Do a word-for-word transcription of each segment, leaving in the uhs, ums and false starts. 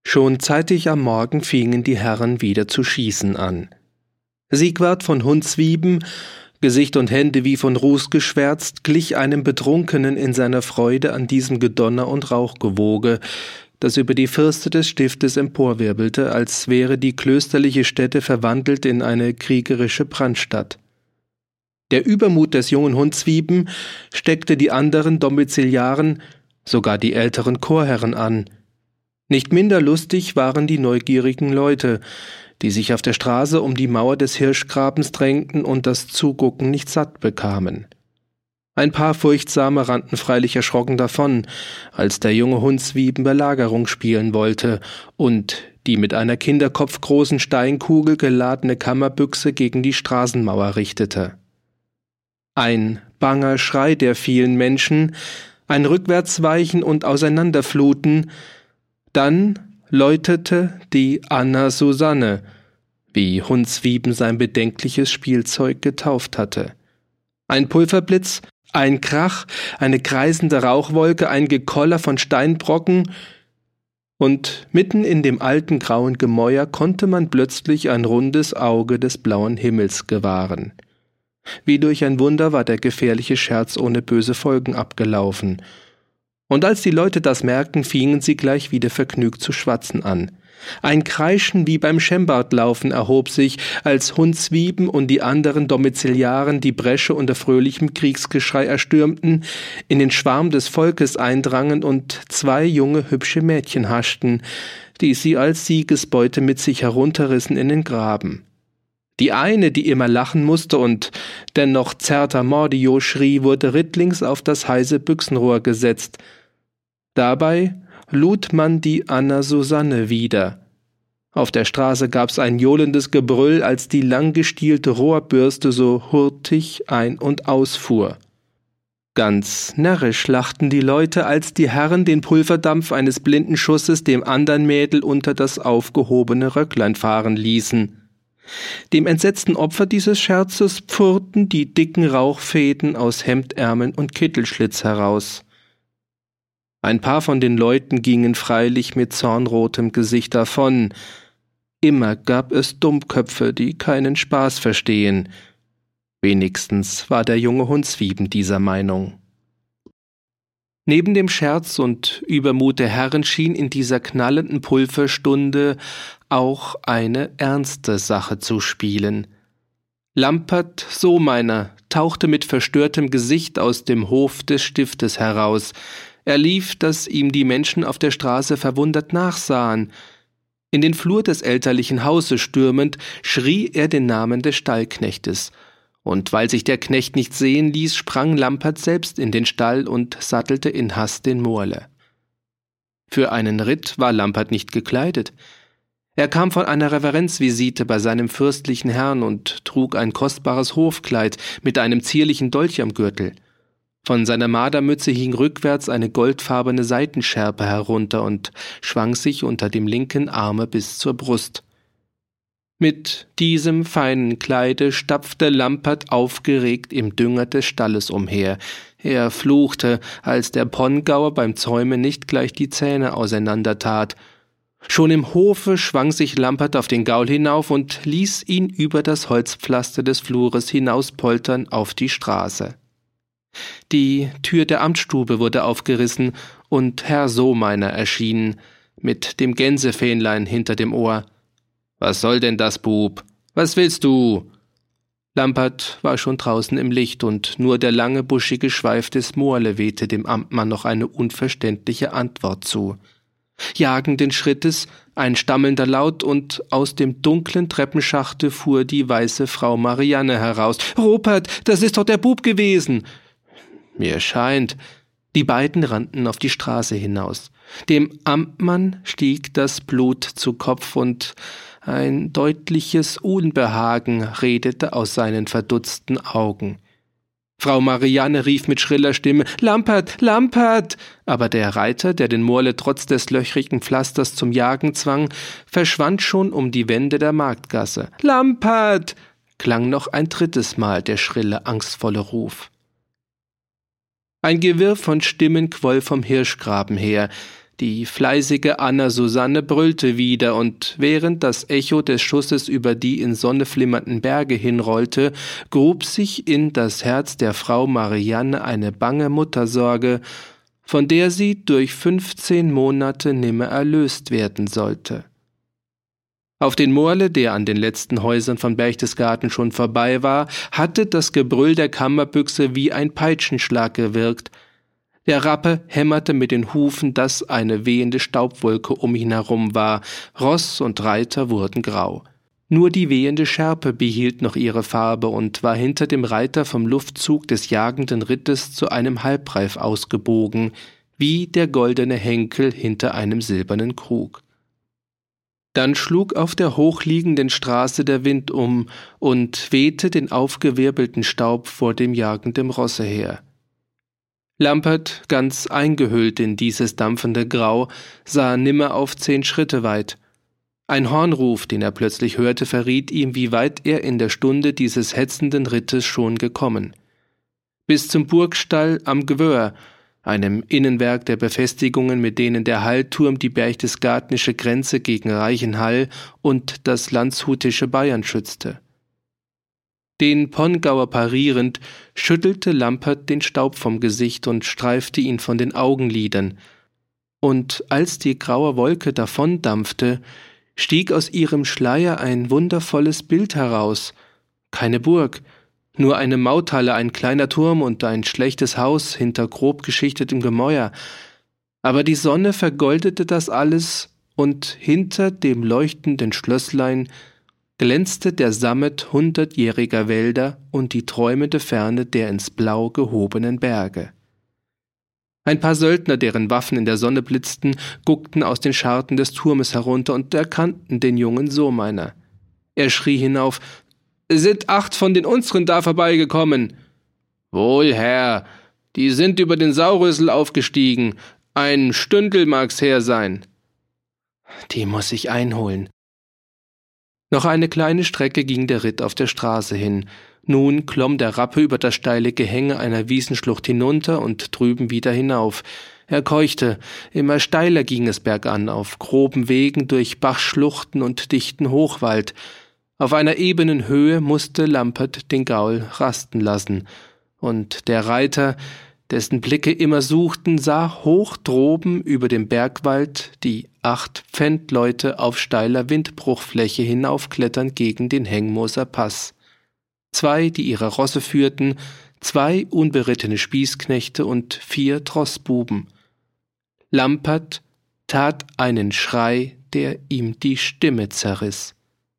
Schon zeitig am Morgen fingen die Herren wieder zu schießen an. Siegwart von Hundswieben, Gesicht und Hände wie von Ruß geschwärzt, glich einem Betrunkenen in seiner Freude an diesem Gedonner und Rauchgewoge, das über die Firste des Stiftes emporwirbelte, als wäre die klösterliche Stätte verwandelt in eine kriegerische Brandstatt. Der Übermut des jungen Hundswieben steckte die anderen Domiziliaren, sogar die älteren Chorherren an. Nicht minder lustig waren die neugierigen Leute, die sich auf der Straße um die Mauer des Hirschgrabens drängten und das Zugucken nicht satt bekamen. Ein paar Furchtsame rannten freilich erschrocken davon, als der junge Hundswieben Belagerung spielen wollte und die mit einer kinderkopfgroßen Steinkugel geladene Kammerbüchse gegen die Straßenmauer richtete. Ein banger Schrei der vielen Menschen, ein Rückwärtsweichen und Auseinanderfluten, dann läutete die Anna Susanne, wie Hundswieben sein bedenkliches Spielzeug getauft hatte. Ein Pulverblitz, ein Krach, eine kreisende Rauchwolke, ein Gekoller von Steinbrocken, und mitten in dem alten grauen Gemäuer konnte man plötzlich ein rundes Auge des blauen Himmels gewahren. Wie durch ein Wunder war der gefährliche Scherz ohne böse Folgen abgelaufen. Und als die Leute das merkten, fingen sie gleich wieder vergnügt zu schwatzen an. Ein Kreischen wie beim Schemmbadlaufen erhob sich, als Hundswieben und die anderen Domiziliaren die Bresche unter fröhlichem Kriegsgeschrei erstürmten, in den Schwarm des Volkes eindrangen und zwei junge, hübsche Mädchen haschten, die sie als Siegesbeute mit sich herunterrissen in den Graben. Die eine, die immer lachen musste und dennoch Certa Mordio schrie, wurde rittlings auf das heiße Büchsenrohr gesetzt. Dabei lud man die Anna Susanne wieder. Auf der Straße gab's ein johlendes Gebrüll, als die langgestielte Rohrbürste so hurtig ein- und ausfuhr. Ganz närrisch lachten die Leute, als die Herren den Pulverdampf eines blinden Schusses dem andern Mädel unter das aufgehobene Röcklein fahren ließen. Dem entsetzten Opfer dieses Scherzes pfurrten die dicken Rauchfäden aus Hemdärmeln und Kittelschlitz heraus. Ein paar von den Leuten gingen freilich mit zornrotem Gesicht davon. Immer gab es Dummköpfe, die keinen Spaß verstehen. Wenigstens war der junge Hundswieben dieser Meinung. Neben dem Scherz und Übermut der Herren schien in dieser knallenden Pulverstunde auch eine ernste Sache zu spielen. Lampert Sohmeiner tauchte mit verstörtem Gesicht aus dem Hof des Stiftes heraus. Er lief, dass ihm die Menschen auf der Straße verwundert nachsahen. In den Flur des elterlichen Hauses stürmend, schrie er den Namen des Stallknechtes. Und weil sich der Knecht nicht sehen ließ, sprang Lampert selbst in den Stall und sattelte in Hast den Mohrle. Für einen Ritt war Lampert nicht gekleidet. Er kam von einer Reverenzvisite bei seinem fürstlichen Herrn und trug ein kostbares Hofkleid mit einem zierlichen Dolch am Gürtel. Von seiner Mardermütze hing rückwärts eine goldfarbene Seitenschärpe herunter und schwang sich unter dem linken Arme bis zur Brust. Mit diesem feinen Kleide stapfte Lampert aufgeregt im Dünger des Stalles umher. Er fluchte, als der Pongauer beim Zäumen nicht gleich die Zähne auseinandertat. Schon im Hofe schwang sich Lampert auf den Gaul hinauf und ließ ihn über das Holzpflaster des Flures hinauspoltern auf die Straße. Die Tür der Amtsstube wurde aufgerissen und Herr Sohmeiner erschien, mit dem Gänsefähnlein hinter dem Ohr. »Was soll denn das, Bub? Was willst du?« Lampert war schon draußen im Licht, und nur der lange, buschige Schweif des Mohrle wehte dem Amtmann noch eine unverständliche Antwort zu. Jagenden Schrittes, ein stammelnder Laut, und aus dem dunklen Treppenschachte fuhr die weiße Frau Marianne heraus. »Rupert, das ist doch der Bub gewesen!« »Mir scheint.« Die beiden rannten auf die Straße hinaus. Dem Amtmann stieg das Blut zu Kopf, und ein deutliches Unbehagen redete aus seinen verdutzten Augen. Frau Marianne rief mit schriller Stimme, »Lampert, Lampert!« Aber der Reiter, der den Mohrle trotz des löchrigen Pflasters zum Jagen zwang, verschwand schon um die Wände der Marktgasse. »Lampert!« klang noch ein drittes Mal der schrille, angstvolle Ruf. Ein Gewirr von Stimmen quoll vom Hirschgraben her. Die fleißige Anna Susanne brüllte wieder, und während das Echo des Schusses über die in Sonne flimmernden Berge hinrollte, grub sich in das Herz der Frau Marianne eine bange Muttersorge, von der sie durch fünfzehn Monate nimmer erlöst werden sollte. Auf den Morle, der an den letzten Häusern von Berchtesgaden schon vorbei war, hatte das Gebrüll der Kammerbüchse wie ein Peitschenschlag gewirkt. Der Rappe hämmerte mit den Hufen, dass eine wehende Staubwolke um ihn herum war. Ross und Reiter wurden grau. Nur die wehende Schärpe behielt noch ihre Farbe und war hinter dem Reiter vom Luftzug des jagenden Rittes zu einem Halbreif ausgebogen, wie der goldene Henkel hinter einem silbernen Krug. Dann schlug auf der hochliegenden Straße der Wind um und wehte den aufgewirbelten Staub vor dem jagenden Rosse her. Lampert, ganz eingehüllt in dieses dampfende Grau, sah nimmer auf zehn Schritte weit. Ein Hornruf, den er plötzlich hörte, verriet ihm, wie weit er in der Stunde dieses hetzenden Rittes schon gekommen. Bis zum Burgstall am Gewöhr, einem Innenwerk der Befestigungen, mit denen der Hallturm die berchtesgadenische Grenze gegen Reichenhall und das landshutische Bayern schützte. Den Pongauer parierend, schüttelte Lampert den Staub vom Gesicht und streifte ihn von den Augenlidern, und als die graue Wolke davondampfte, stieg aus ihrem Schleier ein wundervolles Bild heraus. Keine Burg, nur eine Mauthalle, ein kleiner Turm und ein schlechtes Haus hinter grob geschichtetem Gemäuer. Aber die Sonne vergoldete das alles, und hinter dem leuchtenden Schlösslein glänzte der Sammet hundertjähriger Wälder und die träumende Ferne der ins Blau gehobenen Berge. Ein paar Söldner, deren Waffen in der Sonne blitzten, guckten aus den Scharten des Turmes herunter und erkannten den jungen Sohmeiner. Er schrie hinauf: »Sind acht von den unseren da vorbeigekommen?« »Wohl, Herr, die sind über den Saurüssel aufgestiegen. Ein Stündel mag's her sein.« »Die muß ich einholen.« Noch eine kleine Strecke ging der Ritt auf der Straße hin. Nun klomm der Rappe über das steile Gehänge einer Wiesenschlucht hinunter und drüben wieder hinauf. Er keuchte, immer steiler ging es bergan, auf groben Wegen durch Bachschluchten und dichten Hochwald. Auf einer ebenen Höhe musste Lampert den Gaul rasten lassen, und der Reiter, dessen Blicke immer suchten, sah hoch droben über dem Bergwald die acht Pfändleute auf steiler Windbruchfläche hinaufklettern gegen den Hengmoser Pass. Zwei, die ihre Rosse führten, zwei unberittene Spießknechte und vier Trossbuben. Lampert tat einen Schrei, der ihm die Stimme zerriss.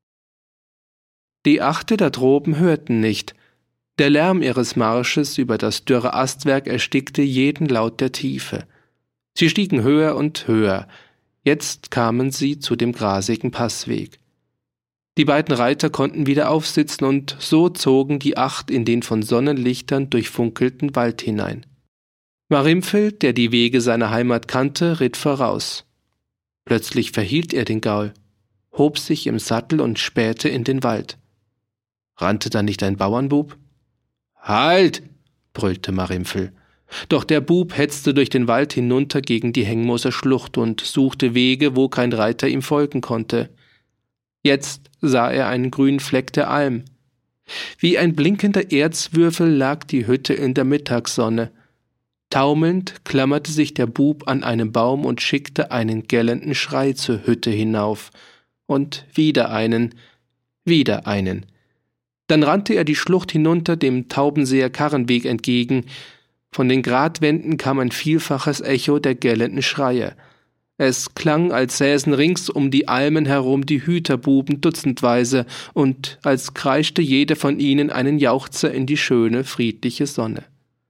Die Achte da droben hörten nicht. Der Lärm ihres Marsches über das dürre Astwerk erstickte jeden Laut der Tiefe. Sie stiegen höher und höher. Jetzt kamen sie zu dem grasigen Passweg. Die beiden Reiter konnten wieder aufsitzen, und so zogen die Acht in den von Sonnenlichtern durchfunkelten Wald hinein. Mariemfeld, der die Wege seiner Heimat kannte, ritt voraus. Plötzlich verhielt er den Gaul, hob sich im Sattel und spähte in den Wald. Rannte da nicht ein Bauernbub? »Halt!« brüllte Mariemfeld. Doch der Bub hetzte durch den Wald hinunter gegen die Hengmoser Schlucht und suchte Wege, wo kein Reiter ihm folgen konnte. Jetzt sah er einen grünen Fleck der Alm. Wie ein blinkender Erzwürfel lag die Hütte in der Mittagssonne. Taumelnd klammerte sich der Bub an einem Baum und schickte einen gellenden Schrei zur Hütte hinauf. Und wieder einen, wieder einen. Dann rannte er die Schlucht hinunter dem Taubenseer Karrenweg entgegen. Von den Gratwänden kam ein vielfaches Echo der gellenden Schreie. Es klang, als säßen rings um die Almen herum die Hüterbuben dutzendweise und als kreischte jede von ihnen einen Jauchzer in die schöne, friedliche Sonne.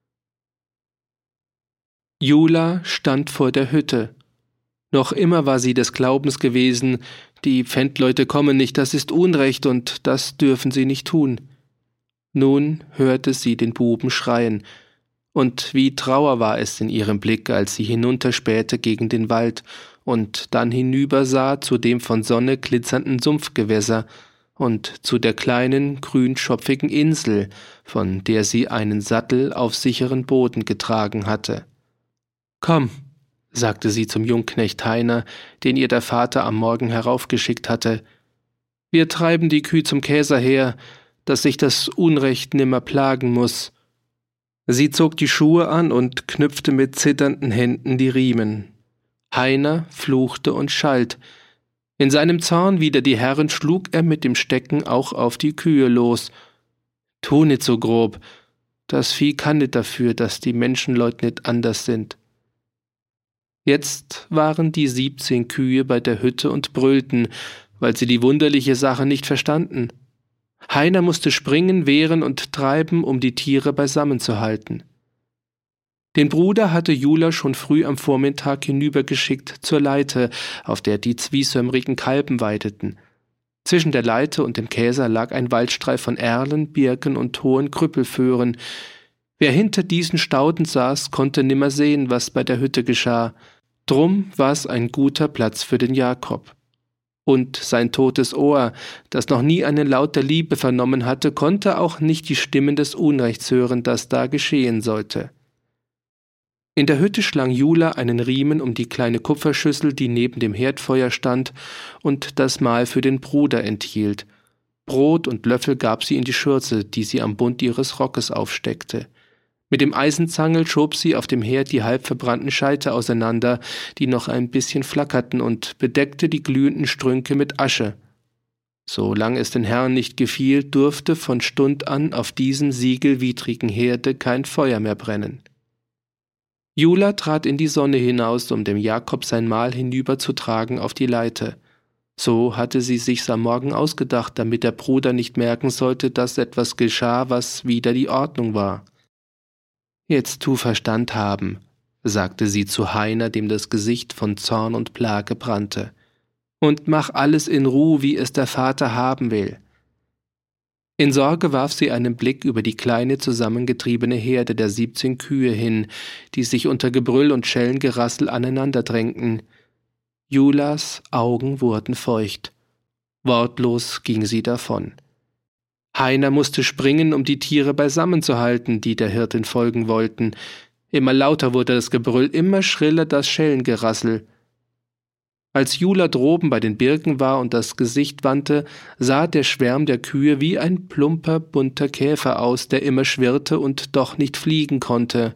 Jula stand vor der Hütte. Noch immer war sie des Glaubens gewesen, die Pfändleute kommen nicht, das ist Unrecht und das dürfen sie nicht tun. Nun hörte sie den Buben schreien, und wie Trauer war es in ihrem Blick, als sie hinunterspähte gegen den Wald und dann hinübersah zu dem von Sonne glitzernden Sumpfgewässer und zu der kleinen, grünschopfigen Insel, von der sie einen Sattel auf sicheren Boden getragen hatte. »Komm«, sagte sie zum Jungknecht Heiner, den ihr der Vater am Morgen heraufgeschickt hatte. »Wir treiben die Kühe zum Käser her, dass sich das Unrecht nimmer plagen muß.« Sie zog die Schuhe an und knüpfte mit zitternden Händen die Riemen. Heiner fluchte und schalt. In seinem Zorn wider die Herren schlug er mit dem Stecken auch auf die Kühe los. »Tu nit so grob, das Vieh kann nit dafür, dass die Menschenleut nit anders sind.« Jetzt waren die siebzehn Kühe bei der Hütte und brüllten, weil sie die wunderliche Sache nicht verstanden. Heiner musste springen, wehren und treiben, um die Tiere beisammen zu halten. Den Bruder hatte Jula schon früh am Vormittag hinübergeschickt zur Leite, auf der die zwiesömmrigen Kalben weideten. Zwischen der Leite und dem Käser lag ein Waldstreif von Erlen, Birken und hohen Krüppelföhren. Wer hinter diesen Stauden saß, konnte nimmer sehen, was bei der Hütte geschah. Drum war es ein guter Platz für den Jakob. Und sein totes Ohr, das noch nie einen Laut der Liebe vernommen hatte, konnte auch nicht die Stimmen des Unrechts hören, das da geschehen sollte. In der Hütte schlang Jula einen Riemen um die kleine Kupferschüssel, die neben dem Herdfeuer stand und das Mahl für den Bruder enthielt. Brot und Löffel gab sie in die Schürze, die sie am Bund ihres Rockes aufsteckte. Mit dem Eisenzangel schob sie auf dem Herd die halb verbrannten Scheite auseinander, die noch ein bisschen flackerten, und bedeckte die glühenden Strünke mit Asche. Solange es den Herrn nicht gefiel, durfte von Stund an auf diesem siegelwidrigen Herde kein Feuer mehr brennen. Jula trat in die Sonne hinaus, um dem Jakob sein Mahl hinüberzutragen auf die Leite. So hatte sie sich's am Morgen ausgedacht, damit der Bruder nicht merken sollte, dass etwas geschah, was wider die Ordnung war. »Jetzt tu Verstand haben«, sagte sie zu Heiner, dem das Gesicht von Zorn und Plage brannte, »und mach alles in Ruh, wie es der Vater haben will.« In Sorge warf sie einen Blick über die kleine zusammengetriebene Herde der siebzehn Kühe hin, die sich unter Gebrüll und Schellengerassel aneinander drängten. Julas Augen wurden feucht. Wortlos ging sie davon. Heiner musste springen, um die Tiere beisammen zu halten, die der Hirtin folgen wollten. Immer lauter wurde das Gebrüll, immer schriller das Schellengerassel. Als Jula droben bei den Birken war und das Gesicht wandte, sah der Schwärm der Kühe wie ein plumper, bunter Käfer aus, der immer schwirrte und doch nicht fliegen konnte.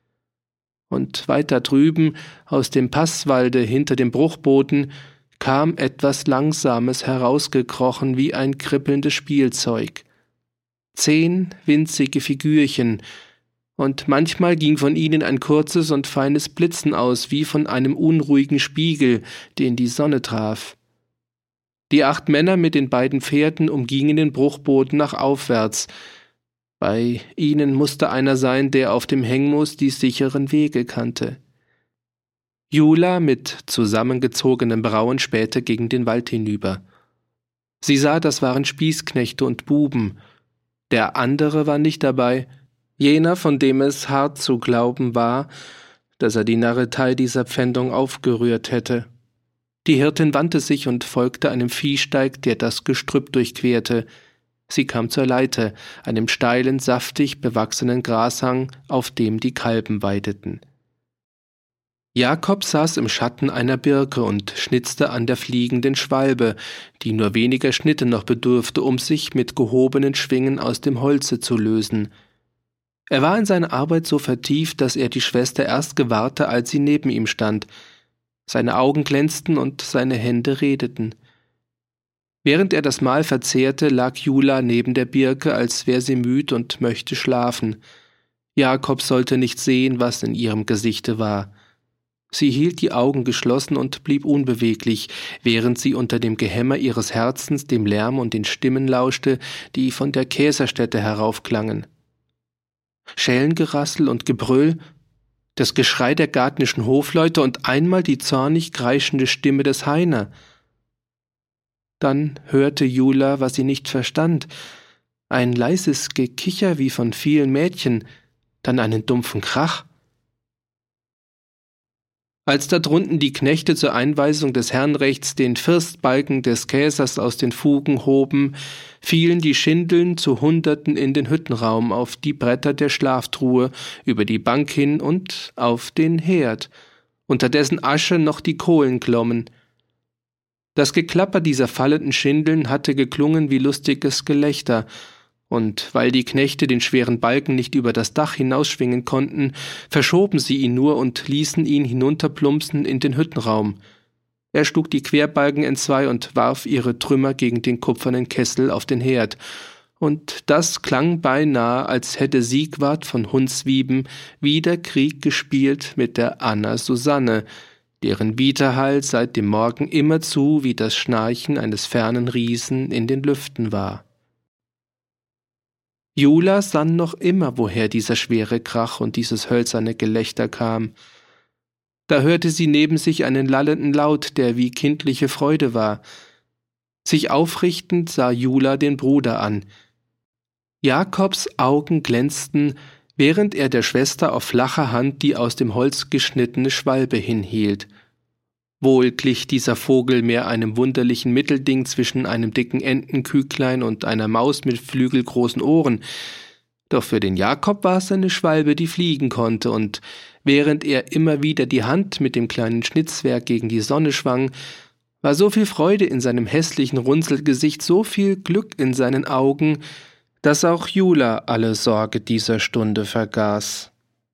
Und weiter drüben, aus dem Passwalde hinter dem Bruchboden, kam etwas Langsames herausgekrochen wie ein kribbelndes Spielzeug. Zehn winzige Figürchen, und manchmal ging von ihnen ein kurzes und feines Blitzen aus, wie von einem unruhigen Spiegel, den die Sonne traf. Die acht Männer mit den beiden Pferden umgingen den Bruchboden nach aufwärts. Bei ihnen musste einer sein, der auf dem Hengmoos die sicheren Wege kannte. Jula mit zusammengezogenen Brauen spähte gegen den Wald hinüber. Sie sah, das waren Spießknechte und Buben. Der andere war nicht dabei, jener, von dem es hart zu glauben war, dass er die Narretei dieser Pfändung aufgerührt hätte. Die Hirtin wandte sich und folgte einem Viehsteig, der das Gestrüpp durchquerte. Sie kam zur Leite, einem steilen, saftig bewachsenen Grashang, auf dem die Kalben weideten. Jakob saß im Schatten einer Birke und schnitzte an der fliegenden Schwalbe, die nur weniger Schnitte noch bedurfte, um sich mit gehobenen Schwingen aus dem Holze zu lösen. Er war in seine Arbeit so vertieft, dass er die Schwester erst gewahrte, als sie neben ihm stand. Seine Augen glänzten und seine Hände redeten. Während er das Mahl verzehrte, lag Jula neben der Birke, als wär sie müd und möchte schlafen. Jakob sollte nicht sehen, was in ihrem Gesichte war. Sie hielt die Augen geschlossen und blieb unbeweglich, während sie unter dem Gehämmer ihres Herzens dem Lärm und den Stimmen lauschte, die von der Käserstätte heraufklangen. Schellengerassel und Gebrüll, das Geschrei der gartnischen Hofleute und einmal die zornig kreischende Stimme des Heiner. Dann hörte Jula, was sie nicht verstand, ein leises Gekicher wie von vielen Mädchen, dann einen dumpfen Krach. Als da drunten die Knechte zur Einweisung des Herrenrechts den Firstbalken des Käsers aus den Fugen hoben, fielen die Schindeln zu Hunderten in den Hüttenraum, auf die Bretter der Schlaftruhe, über die Bank hin und auf den Herd, unter dessen Asche noch die Kohlen glommen. Das Geklapper dieser fallenden Schindeln hatte geklungen wie lustiges Gelächter, und weil die Knechte den schweren Balken nicht über das Dach hinausschwingen konnten, verschoben sie ihn nur und ließen ihn hinunterplumpsen in den Hüttenraum. Er schlug die Querbalken entzwei und warf ihre Trümmer gegen den kupfernen Kessel auf den Herd, und das klang beinahe, als hätte Siegwart von Hunswieben wieder Krieg gespielt mit der Anna Susanne, deren Widerhall seit dem Morgen immerzu wie das Schnarchen eines fernen Riesen in den Lüften war. Jula sann noch immer, woher dieser schwere Krach und dieses hölzerne Gelächter kam. Da hörte sie neben sich einen lallenden Laut, der wie kindliche Freude war. Sich aufrichtend sah Jula den Bruder an. Jakobs Augen glänzten, während er der Schwester auf flacher Hand die aus dem Holz geschnittene Schwalbe hinhielt. Wohl glich dieser Vogel mehr einem wunderlichen Mittelding zwischen einem dicken Entenküglein und einer Maus mit flügelgroßen Ohren, doch für den Jakob war es eine Schwalbe, die fliegen konnte, und während er immer wieder die Hand mit dem kleinen Schnitzwerk gegen die Sonne schwang, war so viel Freude in seinem hässlichen Runzelgesicht, so viel Glück in seinen Augen, dass auch Jula alle Sorge dieser Stunde vergaß.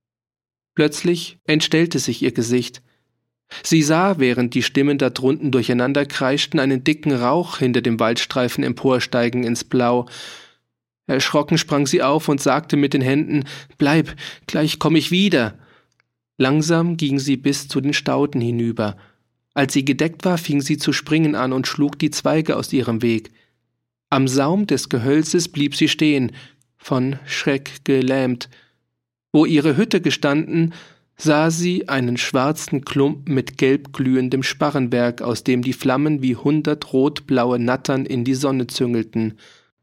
Plötzlich entstellte sich ihr Gesicht. Sie sah, während die Stimmen da drunten durcheinander kreischten, einen dicken Rauch hinter dem Waldstreifen emporsteigen ins Blau. Erschrocken sprang sie auf und sagte mit den Händen: »Bleib, gleich komm ich wieder!« Langsam ging sie bis zu den Stauden hinüber. Als sie gedeckt war, fing sie zu springen an und schlug die Zweige aus ihrem Weg. Am Saum des Gehölzes blieb sie stehen, von Schreck gelähmt. Wo ihre Hütte gestanden, sah sie einen schwarzen Klumpen mit gelb glühendem Sparrenwerk, aus dem die Flammen wie hundert rotblaue Nattern in die Sonne züngelten.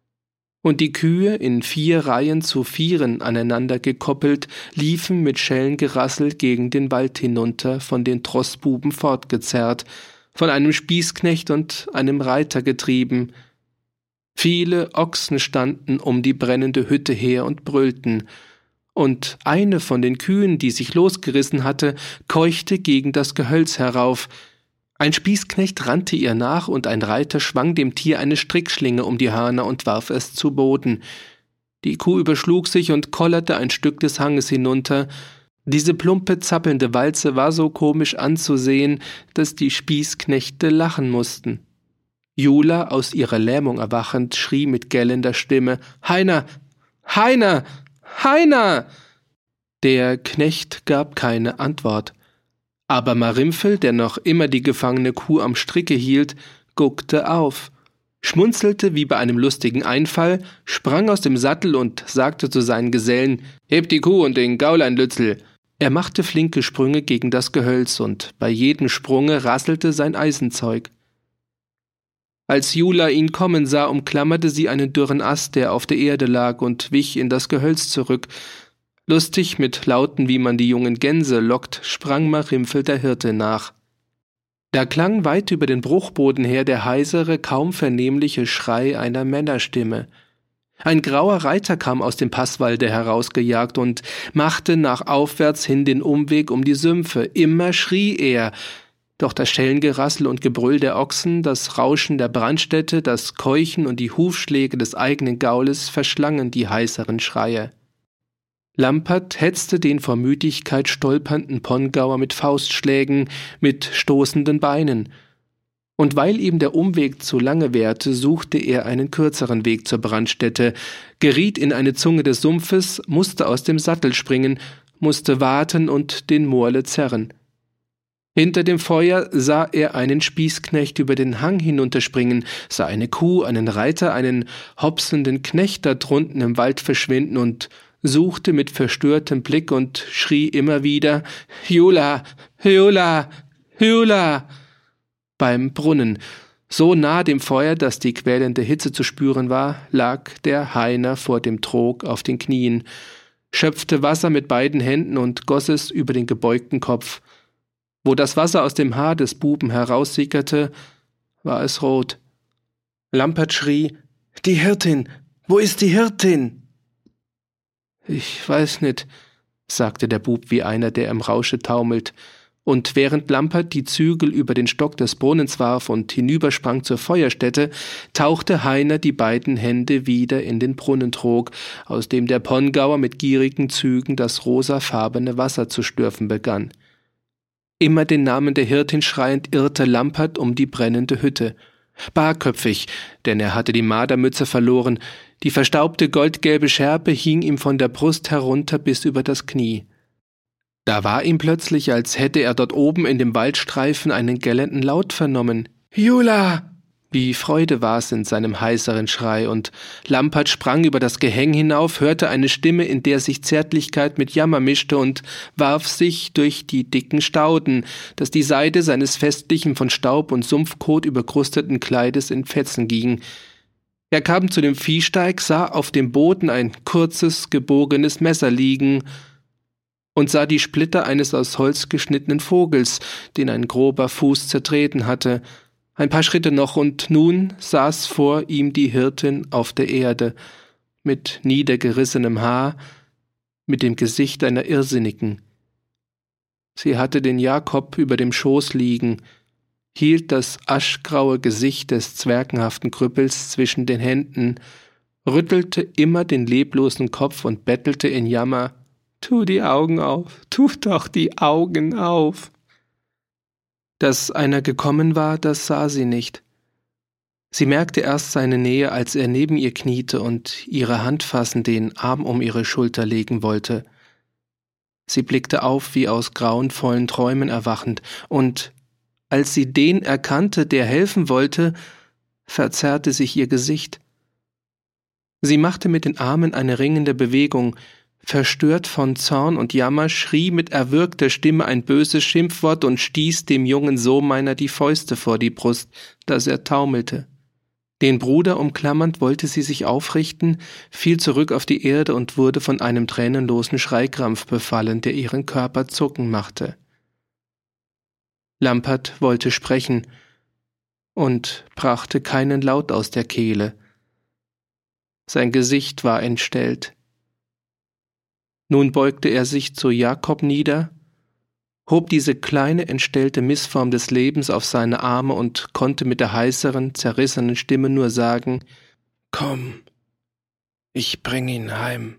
Und die Kühe, in vier Reihen zu vieren aneinander gekoppelt, liefen mit Schellengerassel gegen den Wald hinunter, von den Trossbuben fortgezerrt, von einem Spießknecht und einem Reiter getrieben. Viele Ochsen standen um die brennende Hütte her und brüllten, und eine von den Kühen, die sich losgerissen hatte, keuchte gegen das Gehölz herauf. Ein Spießknecht rannte ihr nach, und ein Reiter schwang dem Tier eine Strickschlinge um die Hörner und warf es zu Boden. Die Kuh überschlug sich und kollerte ein Stück des Hanges hinunter. Diese plumpe, zappelnde Walze war so komisch anzusehen, dass die Spießknechte lachen mussten. Jula, aus ihrer Lähmung erwachend, schrie mit gellender Stimme: »Heiner! Heiner! Heiner!« Der Knecht gab keine Antwort. Aber Marimpfel, der noch immer die gefangene Kuh am Stricke hielt, guckte auf, schmunzelte wie bei einem lustigen Einfall, sprang aus dem Sattel und sagte zu seinen Gesellen: »Hebt die Kuh und den Gaulein, Lützel!« Er machte flinke Sprünge gegen das Gehölz, und bei jedem Sprunge rasselte sein Eisenzeug. Als Jula ihn kommen sah, umklammerte sie einen dürren Ast, der auf der Erde lag, und wich in das Gehölz zurück. Lustig mit Lauten, wie man die jungen Gänse lockt, sprang Marimpfel der Hirte nach. Da klang weit über den Bruchboden her der heisere, kaum vernehmliche Schrei einer Männerstimme. Ein grauer Reiter kam aus dem Passwalde herausgejagt und machte nach aufwärts hin den Umweg um die Sümpfe. Immer schrie er. Doch das Schellengerassel und Gebrüll der Ochsen, das Rauschen der Brandstätte, das Keuchen und die Hufschläge des eigenen Gaules verschlangen die heiseren Schreie. Lampert hetzte den vor Müdigkeit stolpernden Pongauer mit Faustschlägen, mit stoßenden Beinen. Und weil ihm der Umweg zu lange währte, suchte er einen kürzeren Weg zur Brandstätte, geriet in eine Zunge des Sumpfes, musste aus dem Sattel springen, musste warten und den Morle zerren. Hinter dem Feuer sah er einen Spießknecht über den Hang hinunterspringen, sah eine Kuh, einen Reiter, einen hopsenden Knecht da drunten im Wald verschwinden und suchte mit verstörtem Blick und schrie immer wieder: »Jula! Jula! Jula!« Beim Brunnen, so nah dem Feuer, dass die quälende Hitze zu spüren war, lag der Heiner vor dem Trog auf den Knien, schöpfte Wasser mit beiden Händen und goss es über den gebeugten Kopf. Wo das Wasser aus dem Haar des Buben heraussickerte, war es rot. Lampert schrie: »Die Hirtin! Wo ist die Hirtin?« »Ich weiß nicht«, sagte der Bub wie einer, der im Rausche taumelt, und während Lampert die Zügel über den Stock des Brunnens warf und hinübersprang zur Feuerstätte, tauchte Heiner die beiden Hände wieder in den Brunnen trug, aus dem der Pongauer mit gierigen Zügen das rosafarbene Wasser zu stürfen begann. Immer den Namen der Hirtin schreiend irrte Lampert um die brennende Hütte. Barköpfig, denn er hatte die Mardermütze verloren, die verstaubte goldgelbe Schärpe hing ihm von der Brust herunter bis über das Knie. Da war ihm plötzlich, als hätte er dort oben in dem Waldstreifen einen gellenden Laut vernommen. »Jula!« Wie Freude war's in seinem heiseren Schrei, und Lampert sprang über das Gehäng hinauf, hörte eine Stimme, in der sich Zärtlichkeit mit Jammer mischte, und warf sich durch die dicken Stauden, dass die Seide seines festlichen, von Staub und Sumpfkot überkrusteten Kleides in Fetzen ging. Er kam zu dem Viehsteig, sah auf dem Boden ein kurzes, gebogenes Messer liegen und sah die Splitter eines aus Holz geschnittenen Vogels, den ein grober Fuß zertreten hatte. Ein paar Schritte noch, und nun saß vor ihm die Hirtin auf der Erde, mit niedergerissenem Haar, mit dem Gesicht einer Irrsinnigen. Sie hatte den Jakob über dem Schoß liegen, hielt das aschgraue Gesicht des zwergenhaften Krüppels zwischen den Händen, rüttelte immer den leblosen Kopf und bettelte in Jammer: »Tu die Augen auf, tu doch die Augen auf!« Dass einer gekommen war, das sah sie nicht. Sie merkte erst seine Nähe, als er neben ihr kniete und ihre Hand fassend den Arm um ihre Schulter legen wollte. Sie blickte auf, wie aus grauenvollen Träumen erwachend, und als sie den erkannte, der helfen wollte, verzerrte sich ihr Gesicht. Sie machte mit den Armen eine ringende Bewegung. Verstört von Zorn und Jammer schrie mit erwürgter Stimme ein böses Schimpfwort und stieß dem jungen Sohn meiner die Fäuste vor die Brust, dass er taumelte. Den Bruder umklammernd wollte sie sich aufrichten, fiel zurück auf die Erde und wurde von einem tränenlosen Schreikrampf befallen, der ihren Körper zucken machte. Lampert wollte sprechen und brachte keinen Laut aus der Kehle. Sein Gesicht war entstellt. Nun beugte er sich zu Jakob nieder, hob diese kleine, entstellte Missform des Lebens auf seine Arme und konnte mit der heißeren, zerrissenen Stimme nur sagen: »Komm, ich bring ihn heim.«